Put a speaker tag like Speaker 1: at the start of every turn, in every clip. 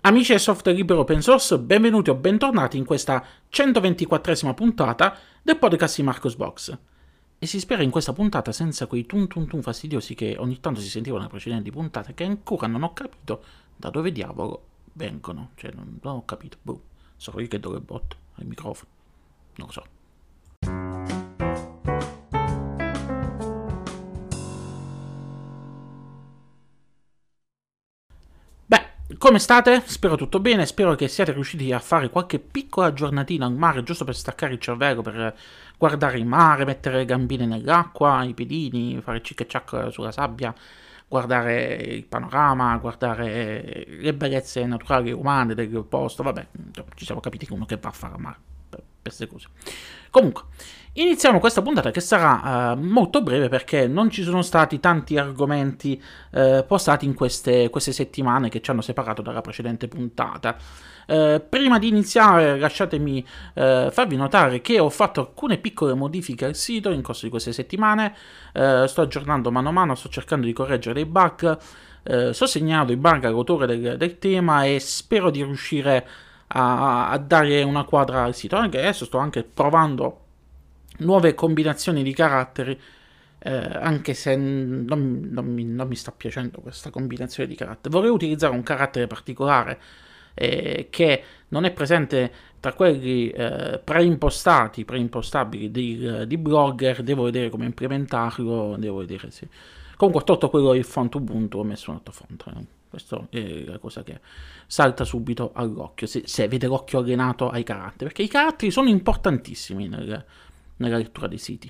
Speaker 1: Amici del software libero open source, benvenuti o bentornati in questa 124esima puntata del podcast di Marcosbox. E si spera in questa puntata senza quei tun tun tun fastidiosi che ogni tanto si sentivano nelle precedenti puntate, che ancora non ho capito da dove diavolo vengono. Cioè, non ho capito. Sono io che do il botto al microfono. Non lo so. Come state? Spero tutto bene, spero che siate riusciti a fare qualche piccola giornatina al mare, giusto per staccare il cervello, per guardare il mare, mettere le gambine nell'acqua, i piedini, fare cic e ciac sulla sabbia, guardare il panorama, guardare le bellezze naturali umane del posto. Vabbè, ci siamo capiti che uno che va a fare al mare per queste cose. Comunque, iniziamo questa puntata che sarà molto breve perché non ci sono stati tanti argomenti postati in queste settimane che ci hanno separato dalla precedente puntata. Prima di iniziare lasciatemi farvi notare che ho fatto alcune piccole modifiche al sito in corso di queste settimane, sto aggiornando mano a mano, sto cercando di correggere dei bug, sto segnando i bug all'autore del tema e spero di riuscire a dare una quadra al sito. Anche adesso sto anche provando nuove combinazioni di caratteri, anche se non mi sta piacendo questa combinazione di caratteri. Vorrei utilizzare un carattere particolare che non è presente tra quelli preimpostabili di Blogger. Devo vedere come implementarlo, devo vedere se... Comunque ho tolto quello del font Ubuntu, ho messo un altro font. Questa è la cosa che salta subito all'occhio, se avete l'occhio allenato ai caratteri, perché i caratteri sono importantissimi nella lettura dei siti.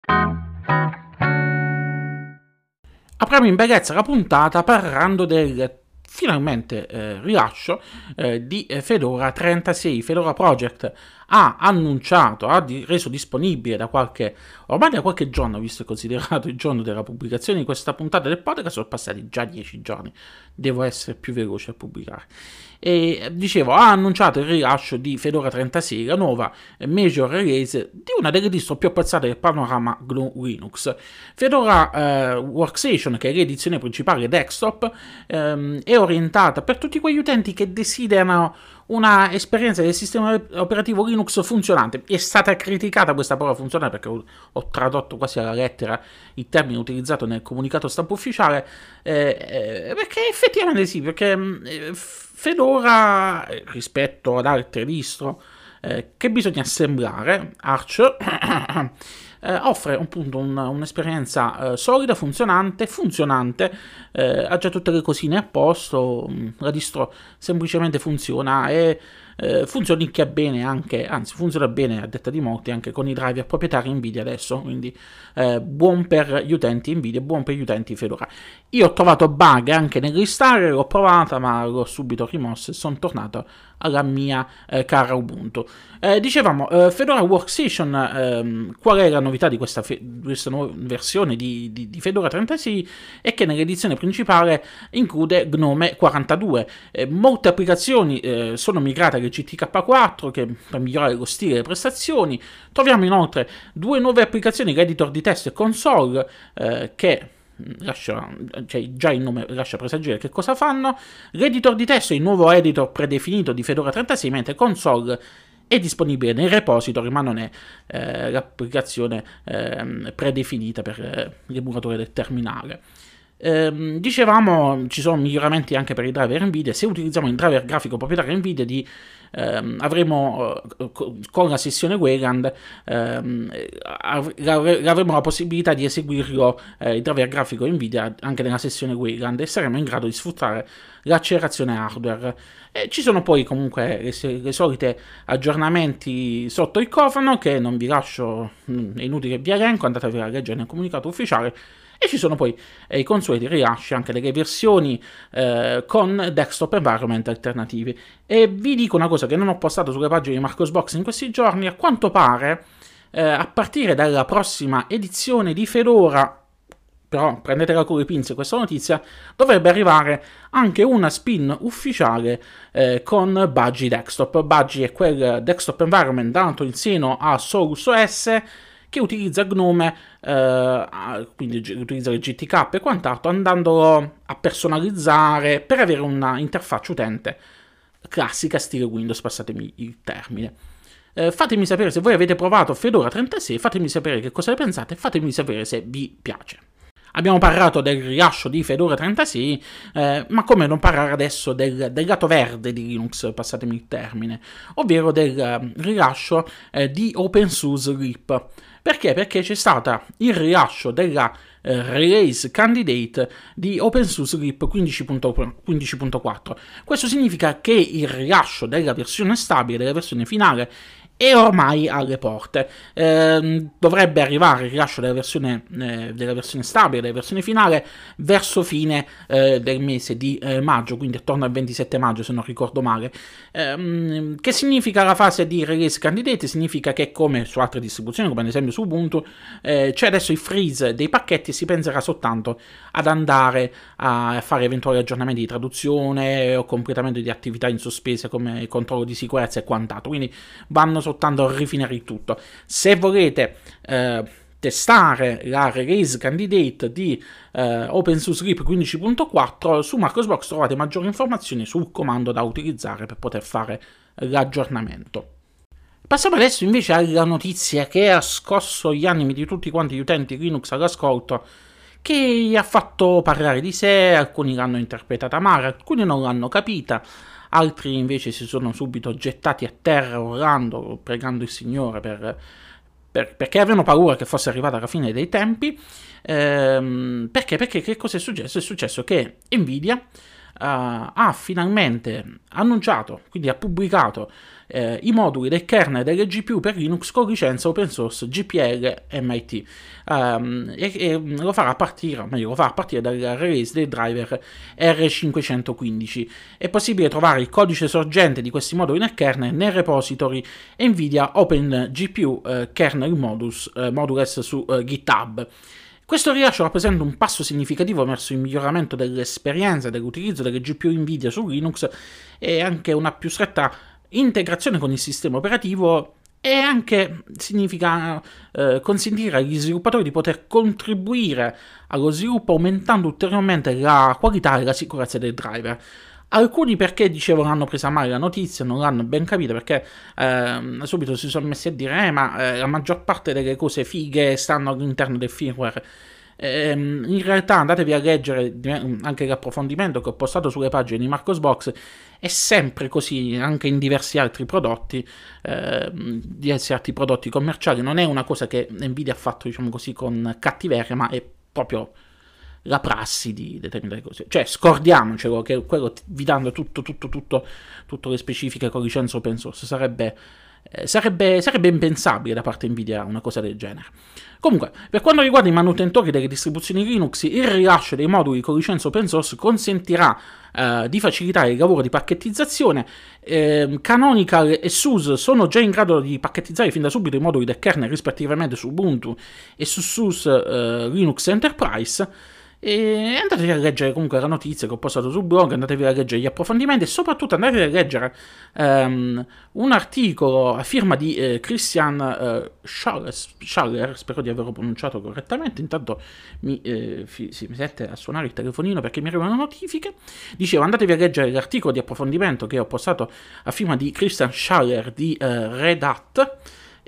Speaker 1: Apriamo in bellezza la puntata parlando del finalmente rilascio di Fedora 36. Fedora Project ha annunciato, ha reso disponibile ormai da qualche giorno, visto e considerato il giorno della pubblicazione di questa puntata del podcast, sono passati già 10 giorni, devo essere più veloce a pubblicare. E dicevo, ha annunciato il rilascio di Fedora 36, la nuova major release di una delle distro più apprezzate del panorama GNU Linux. Fedora Workstation, che è l'edizione principale desktop, è orientata per tutti quegli utenti che desiderano una esperienza del sistema operativo Linux funzionante. È stata criticata questa parola funzionante perché ho tradotto quasi alla lettera il termine utilizzato nel comunicato stampa ufficiale, perché effettivamente sì, perché Fedora, rispetto ad altre distro che bisogna assemblare, Arch offre appunto un'esperienza solida, funzionante, ha già tutte le cosine a posto, la distro semplicemente funziona e funzionicchia bene anche, anzi funziona bene a detta di molti anche con i driver proprietari Nvidia adesso, quindi buon per gli utenti Nvidia, buon per gli utenti Fedora. Io ho trovato bug anche nell'installare, l'ho provata ma l'ho subito rimossa e sono tornato alla mia cara Ubuntu. Dicevamo, Fedora Workstation, qual è la novità di questa nuova versione di Fedora 36? È che nell'edizione principale include Gnome 42. Molte applicazioni sono migrate al GTK4 per migliorare lo stile e le prestazioni. Troviamo inoltre due nuove applicazioni, l'editor di testo e console, che già il nome lascia presagire che cosa fanno. L'editor di testo è il nuovo editor predefinito di Fedora 36, mentre console è disponibile nei repository, ma non è l'applicazione predefinita per l'emulatore del terminale. Dicevamo, ci sono miglioramenti anche per i driver Nvidia. Se utilizziamo il driver grafico proprietario Nvidia avremo con la sessione Wayland avremo la possibilità di eseguirlo, il driver grafico Nvidia, anche nella sessione Wayland, e saremo in grado di sfruttare l'accelerazione hardware. Ci sono poi comunque le solite aggiornamenti sotto il cofano che non vi lascio, è inutile che vi elenco, andatevi a leggere nel comunicato ufficiale. E ci sono poi i consueti rilasci anche delle versioni con desktop environment alternativi. E vi dico una cosa che non ho postato sulle pagine di Marcosbox in questi giorni: a quanto pare a partire dalla prossima edizione di Fedora, però prendetela con le pinze questa notizia, dovrebbe arrivare anche una spin ufficiale con Budgie Desktop. Budgie è quel desktop environment dato in seno a Solus OS che utilizza Gnome, quindi utilizza il GTK e quant'altro, andandolo a personalizzare per avere una interfaccia utente classica stile Windows, passatemi il termine. Fatemi sapere se voi avete provato Fedora 36, fatemi sapere che cosa ne pensate, fatemi sapere se vi piace. Abbiamo parlato del rilascio di Fedora 36, ma come non parlare adesso del lato verde di Linux, passatemi il termine, ovvero del rilascio di OpenSUSE RIP. Perché? Perché c'è stato il rilascio della release candidate di OpenSUSE RIP 15.4. Questo significa che il rilascio della versione stabile, della versione finale, è ormai alle porte. Dovrebbe arrivare il rilascio della versione stabile, della versione finale, verso fine del mese di maggio, quindi attorno al 27 maggio se non ricordo male. Che significa la fase di release candidate? Significa che, come su altre distribuzioni, come ad esempio su Ubuntu, c'è adesso il freeze dei pacchetti e si penserà soltanto ad andare a fare eventuali aggiornamenti di traduzione o completamento di attività in sospesa come il controllo di sicurezza e quant'altro, quindi vanno soltanto a rifinire il tutto. Se volete testare la release candidate di OpenSUSE RIP 15.4, su Marcosbox trovate maggiori informazioni sul comando da utilizzare per poter fare l'aggiornamento. Passiamo adesso invece alla notizia che ha scosso gli animi di tutti quanti gli utenti Linux all'ascolto, che ha fatto parlare di sé. Alcuni l'hanno interpretata male, alcuni non l'hanno capita, altri invece si sono subito gettati a terra urlando, pregando il Signore perché avevano paura che fosse arrivata la fine dei tempi. Perché che cosa è successo? È successo che Nvidia ha finalmente annunciato, quindi ha pubblicato i moduli del kernel delle GPU per Linux con licenza open source GPL MIT, e lo farà partire, o meglio, lo farà partire dalla release del driver R515. È possibile trovare il codice sorgente di questi moduli nel kernel nel repository Nvidia Open GPU Kernel Modules su GitHub. Questo rilascio rappresenta un passo significativo verso il miglioramento dell'esperienza dell'utilizzo delle GPU Nvidia su Linux e anche una più stretta integrazione con il sistema operativo, e anche significa consentire agli sviluppatori di poter contribuire allo sviluppo aumentando ulteriormente la qualità e la sicurezza del driver. Alcuni, perché dicevano, hanno presa male la notizia, non l'hanno ben capita, perché subito si sono messi a dire ma la maggior parte delle cose fighe stanno all'interno del firmware. In realtà andatevi a leggere anche l'approfondimento che ho postato sulle pagine di Marcosbox. È sempre così anche in diversi altri prodotti, commerciali. Non è una cosa che Nvidia ha fatto, diciamo così, con cattiveria, ma è proprio la prassi di determinate cose. Cioè, scordiamocelo che quello vi dando tutto le specifiche con licenza open source sarebbe impensabile da parte Nvidia una cosa del genere. Comunque, per quanto riguarda i manutentori delle distribuzioni Linux, il rilascio dei moduli con licenza open source consentirà di facilitare il lavoro di pacchettizzazione. Canonical e SUSE sono già in grado di pacchetizzare fin da subito i moduli del kernel rispettivamente su Ubuntu e su SUSE Linux Enterprise. E andatevi a leggere comunque la notizia che ho postato sul blog, andatevi a leggere gli approfondimenti e soprattutto andatevi a leggere un articolo a firma di Christian Schaller, spero di averlo pronunciato correttamente. Intanto mi sente a suonare il telefonino perché mi arrivano notifiche. Dicevo, andatevi a leggere l'articolo di approfondimento che ho postato a firma di Christian Schaller di Red Hat,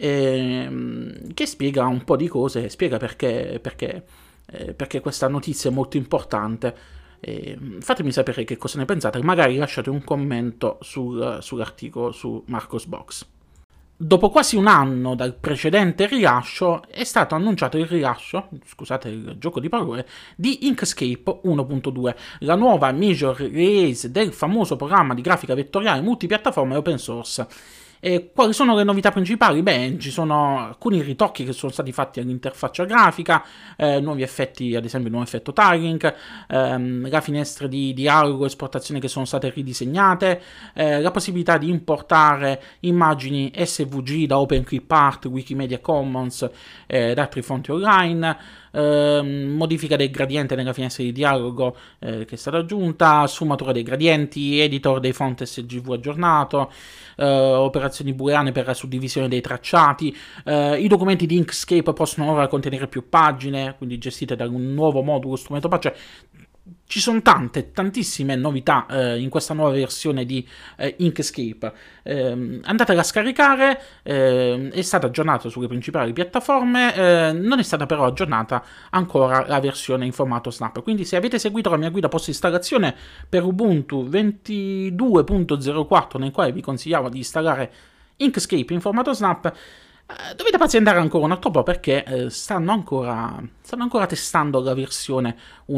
Speaker 1: che spiega un po' di cose, spiega perché questa notizia è molto importante. Fatemi sapere che cosa ne pensate, magari lasciate un commento sull'articolo su Marcosbox. Dopo quasi un anno dal precedente rilascio è stato annunciato il rilascio, scusate il gioco di parole, di Inkscape 1.2, la nuova major release del famoso programma di grafica vettoriale multipiattaforma e open source. E quali sono le novità principali? Beh, ci sono alcuni ritocchi che sono stati fatti all'interfaccia grafica, nuovi effetti, ad esempio il nuovo effetto tiling, la finestra di dialogo e esportazione che sono state ridisegnate, la possibilità di importare immagini SVG da OpenClipArt, Wikimedia Commons ed altre fonti online, modifica del gradiente nella finestra di dialogo che è stata aggiunta, sfumatura dei gradienti, editor dei font SGV aggiornato, operazioni booleane per la suddivisione dei tracciati. I documenti di Inkscape possono ora contenere più pagine, quindi gestite da un nuovo modulo strumento pace. ci sono tantissime novità in questa nuova versione di Inkscape. Andatela a scaricare, è stata aggiornata sulle principali piattaforme, non è stata però aggiornata ancora la versione in formato Snap. Quindi se avete seguito la mia guida post installazione per Ubuntu 22.04, nel quale vi consigliavo di installare Inkscape in formato Snap, dovete pazientare ancora un altro po' perché stanno ancora testando la versione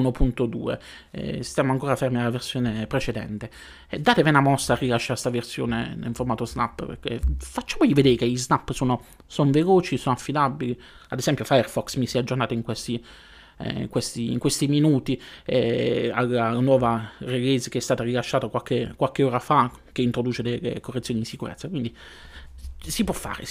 Speaker 1: 1.2, stiamo ancora fermi alla versione precedente. Datevi una mossa a rilasciare questa versione in formato Snap, perché facciamogli vedere che gli Snap sono veloci, sono affidabili. Ad esempio Firefox mi si è aggiornato in questi minuti alla nuova release che è stata rilasciata qualche ora fa, che introduce delle correzioni di sicurezza, quindi si può fare.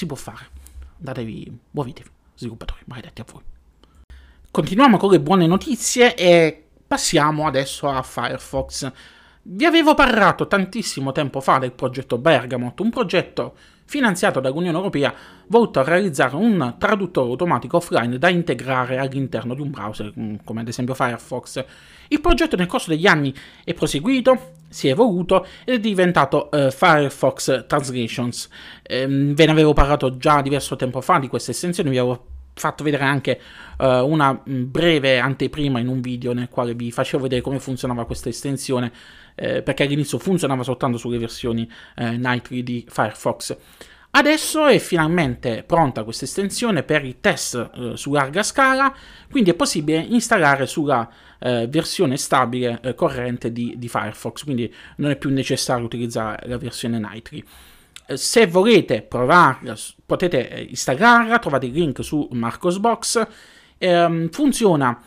Speaker 1: Muovetevi, sviluppatori, maledetti a voi. Continuiamo con le buone notizie e passiamo adesso a Firefox. Vi avevo parlato tantissimo tempo fa del progetto Bergamot, un progetto finanziato dall'Unione Europea volto a realizzare un traduttore automatico offline da integrare all'interno di un browser, come ad esempio Firefox. Il progetto nel corso degli anni è proseguito, si è evoluto ed è diventato Firefox Translations. Ve ne avevo parlato già diverso tempo fa di questa estensione, vi avevo fatto vedere anche una breve anteprima in un video nel quale vi facevo vedere come funzionava questa estensione, perché all'inizio funzionava soltanto sulle versioni Nightly di Firefox. Adesso è finalmente pronta questa estensione per i test su larga scala, quindi è possibile installare sulla versione stabile corrente di Firefox, quindi non è più necessario utilizzare la versione Nightly. Se volete provarla potete installarla, trovate il link su Marcosbox. Funziona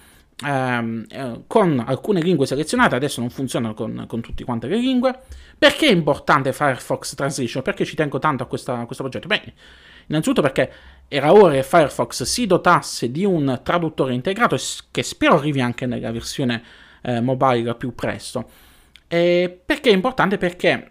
Speaker 1: con alcune lingue selezionate, adesso non funziona con tutte quante le lingue. Perché è importante Firefox Translation? Perché ci tengo tanto a questo progetto? Beh, innanzitutto perché era ora che Firefox si dotasse di un traduttore integrato, che spero arrivi anche nella versione mobile più presto. Perché è importante? Perché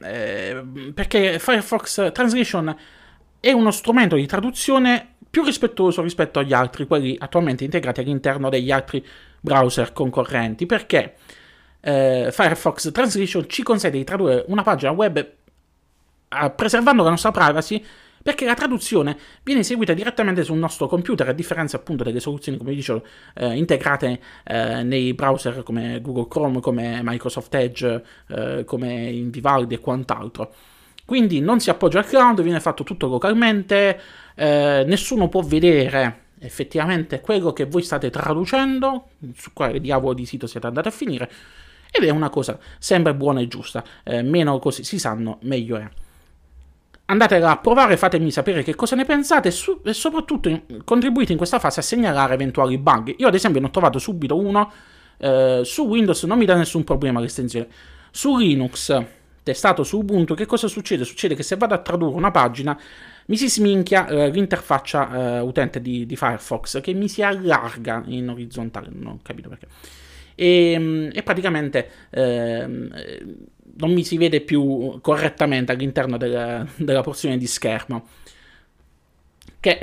Speaker 1: Firefox Translation è uno strumento di traduzione più rispettoso rispetto agli altri, quelli attualmente integrati all'interno degli altri browser concorrenti, perché Firefox Translation ci consente di tradurre una pagina web preservando la nostra privacy, perché la traduzione viene eseguita direttamente sul nostro computer, a differenza appunto delle soluzioni, come dicevo, integrate nei browser come Google Chrome, come Microsoft Edge, come in Vivaldi e quant'altro. Quindi non si appoggia al cloud, viene fatto tutto localmente, nessuno può vedere effettivamente quello che voi state traducendo, su quale diavolo di sito siete andati a finire, ed è una cosa sempre buona e giusta, meno così si sanno meglio è. Andatela a provare, fatemi sapere che cosa ne pensate e soprattutto contribuite in questa fase a segnalare eventuali bug. Io ad esempio ne ho trovato subito uno, su Windows non mi dà nessun problema l'estensione, su Linux testato su Ubuntu che cosa succede? Succede che se vado a tradurre una pagina mi si sminchia l'interfaccia utente di Firefox, che mi si allarga in orizzontale, non ho capito perché. E praticamente non mi si vede più correttamente all'interno della porzione di schermo, che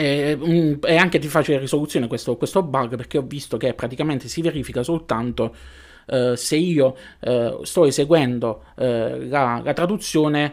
Speaker 1: è anche di facile risoluzione questo bug, perché ho visto che praticamente si verifica soltanto se io sto eseguendo la traduzione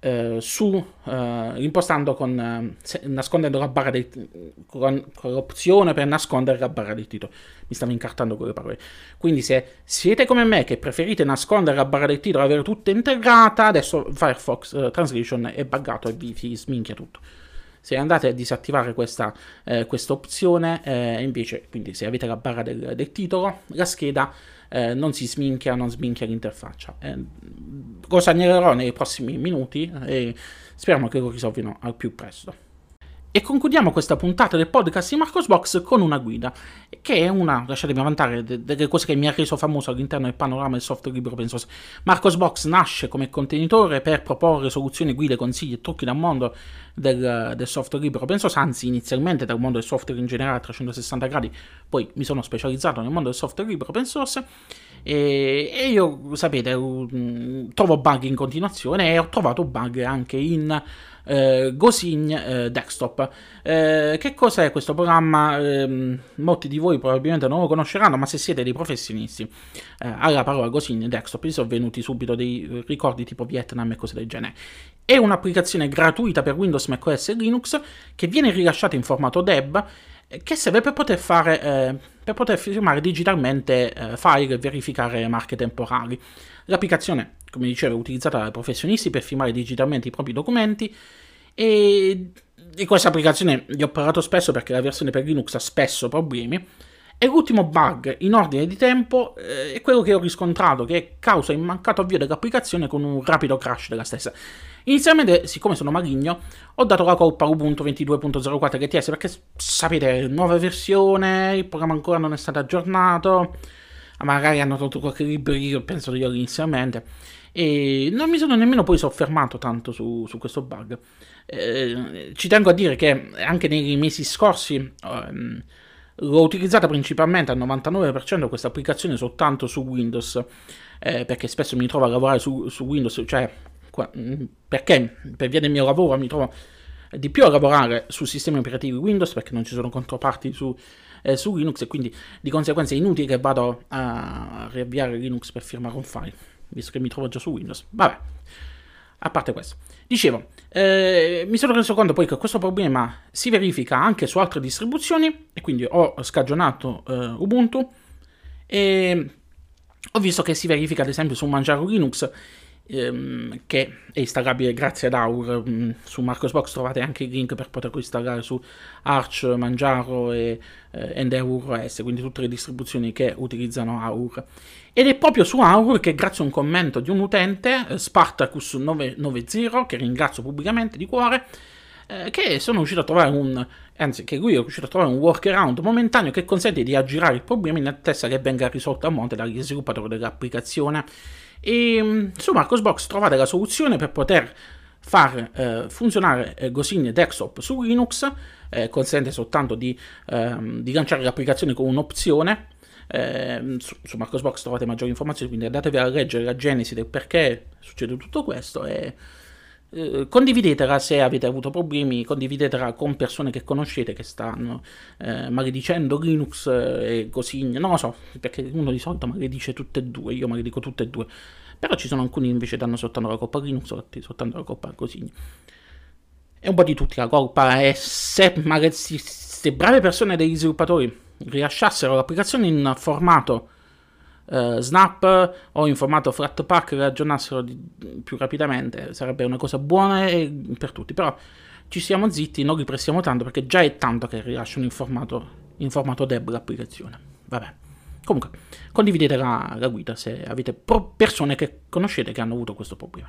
Speaker 1: impostando nascondendo la barra con l'opzione per nascondere la barra del titolo. Mi stavo incartando con le parole. Quindi se siete come me che preferite nascondere la barra del titolo e avere tutta integrata, adesso Firefox Translation è buggato e vi sminchia tutto. Se andate a disattivare questa opzione, invece, quindi se avete la barra del titolo, la scheda non si sminchia, non sminchia l'interfaccia. Lo segnalerò nei prossimi minuti e speriamo che lo risolvino al più presto. E concludiamo questa puntata del podcast di Marcosbox con una guida, che è una, lasciatemi vantare, delle cose che mi ha reso famoso all'interno del panorama del software libero open source. Marcosbox nasce come contenitore per proporre soluzioni, guide, consigli e trucchi dal mondo del software libero open source, anzi inizialmente dal mondo del software in generale a 360 gradi, poi mi sono specializzato nel mondo del software libero open source. E io, sapete, trovo bug in continuazione e ho trovato bug anche in Gosinh desktop. Che cos'è questo programma? Molti di voi probabilmente non lo conosceranno, ma se siete dei professionisti, alla parola Gosign Desktop vi sono venuti subito dei ricordi tipo Vietnam e cose del genere. È un'applicazione gratuita per Windows, macOS e Linux che viene rilasciata in formato DEB, che serve per poter firmare digitalmente file e verificare marche temporali. L'applicazione, come dicevo, è utilizzata dai professionisti per firmare digitalmente i propri documenti, e di questa applicazione vi ho parlato spesso perché la versione per Linux ha spesso problemi. E l'ultimo bug in ordine di tempo è quello che ho riscontrato, che causa il mancato avvio dell'applicazione con un rapido crash della stessa. Inizialmente, siccome sono maligno, ho dato la colpa a Ubuntu 22.04 LTS perché sapete, nuova versione, il programma ancora non è stato aggiornato, magari hanno tolto qualche librerio, penso io inizialmente, e non mi sono nemmeno poi soffermato tanto su questo bug. Ci tengo a dire che anche nei mesi scorsi l'ho utilizzata principalmente al 99% questa applicazione soltanto su Windows, perché spesso mi trovo a lavorare su Windows, cioè perché per via del mio lavoro mi trovo di più a lavorare su sistemi operativi Windows perché non ci sono controparti su Linux, e quindi di conseguenza è inutile che vado a riavviare Linux per firmare un file, visto che mi trovo già su Windows. Vabbè, a parte questo, dicevo, mi sono reso conto poi che questo problema si verifica anche su altre distribuzioni, e quindi ho scagionato Ubuntu e ho visto che si verifica ad esempio su Manjaro Linux, che è installabile grazie ad Aur. Su Marcosbox trovate anche il link per poterlo installare su Arch, Manjaro e Endeavour OS, quindi tutte le distribuzioni che utilizzano Aur. Ed è proprio su Aur che, grazie a un commento di un utente, Spartacus990, che ringrazio pubblicamente di cuore, che sono riuscito a trovare che lui è riuscito a trovare un workaround momentaneo che consente di aggirare il problema in attesa che venga risolto a monte dagli sviluppatori dell'applicazione. E su Marcosbox trovate la soluzione per poter far funzionare Gosign Desktop su Linux. Consente soltanto di lanciare l'applicazione con un'opzione. Su Marcosbox trovate maggiori informazioni, quindi andatevi a leggere la genesi del perché succede tutto questo e condividetela se avete avuto problemi, condividetela con persone che conoscete che stanno maledicendo Linux e Gosign. Non lo so, perché uno di solito maledice tutte e due, io maledico tutte e due, però ci sono alcuni invece che danno soltanto la colpa a Linux, soltanto la colpa a Gosign. È un po' di tutti la colpa, e se brave persone degli sviluppatori rilasciassero l'applicazione in formato Snap o in formato Flatpak, e aggiornassero più rapidamente, sarebbe una cosa buona per tutti. Però ci stiamo zitti, non li pressiamo tanto perché già è tanto che rilasciano in formato DEB l'applicazione. Vabbè, comunque condividete la guida se avete persone che conoscete che hanno avuto questo problema.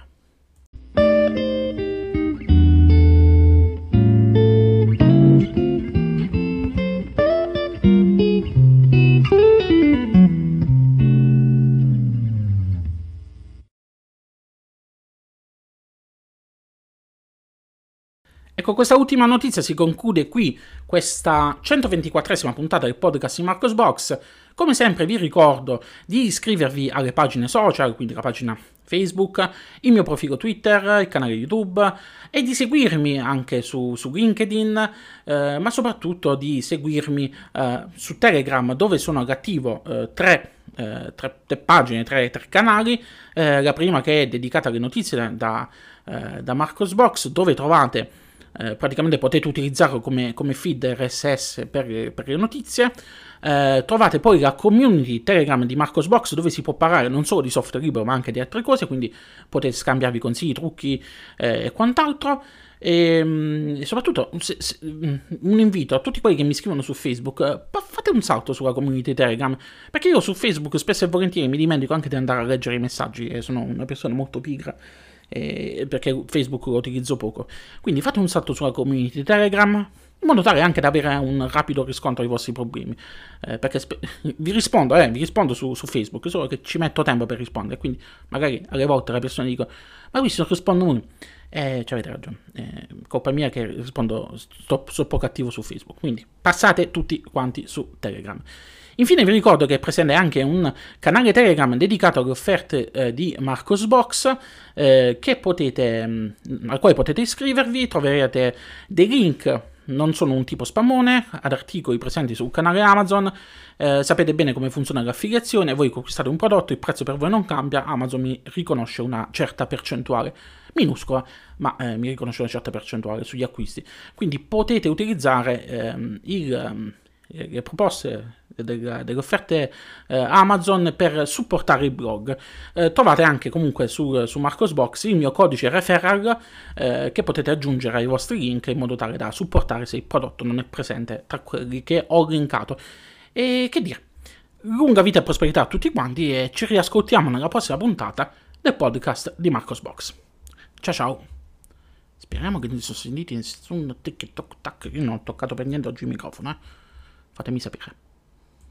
Speaker 1: Con questa ultima notizia si conclude qui questa 124esima puntata del podcast di Marcosbox. Come sempre vi ricordo di iscrivervi alle pagine social, quindi la pagina Facebook, il mio profilo Twitter, il canale YouTube, e di seguirmi anche su LinkedIn, ma soprattutto di seguirmi su Telegram, dove sono all'attivo tre pagine, tre canali. La prima che è dedicata alle notizie da Marcosbox, dove trovate praticamente potete utilizzarlo come feed RSS per le notizie. Trovate poi la community Telegram di Marcosbox, dove si può parlare non solo di software libero ma anche di altre cose, quindi potete scambiarvi consigli, trucchi e quant'altro. E soprattutto un invito a tutti quelli che mi scrivono su Facebook: fate un salto sulla community Telegram, perché io su Facebook spesso e volentieri mi dimentico anche di andare a leggere i messaggi, e sono una persona molto pigra, perché Facebook lo utilizzo poco. Quindi fate un salto sulla community Telegram, in modo tale anche da avere un rapido riscontro ai vostri problemi, perché vi rispondo su Facebook, solo che ci metto tempo per rispondere, quindi magari alle volte le persone dicono: ma qui non rispondo uno. Ci avete ragione, colpa mia che rispondo, sto poco attivo su Facebook, quindi passate tutti quanti su Telegram. Infine vi ricordo che è presente anche un canale Telegram dedicato alle offerte di Marcosbox, al quale potete iscrivervi. Troverete dei link non sono un tipo spammone, ad articoli presenti sul canale Amazon, sapete bene come funziona l'affiliazione, voi conquistate un prodotto, il prezzo per voi non cambia, Amazon mi riconosce una certa percentuale, minuscola, ma mi riconosce una certa percentuale sugli acquisti. Quindi potete utilizzare le proposte delle offerte Amazon per supportare il blog. Trovate anche comunque su Marcosbox il mio codice referral che potete aggiungere ai vostri link in modo tale da supportare se il prodotto non è presente tra quelli che ho linkato. E che dire, lunga vita e prosperità a tutti quanti e ci riascoltiamo nella prossima puntata del podcast di Marcosbox. Ciao ciao. Speriamo che non si sono sentiti nessun tic toc tac. Io non ho toccato per niente oggi il microfono, fatemi sapere.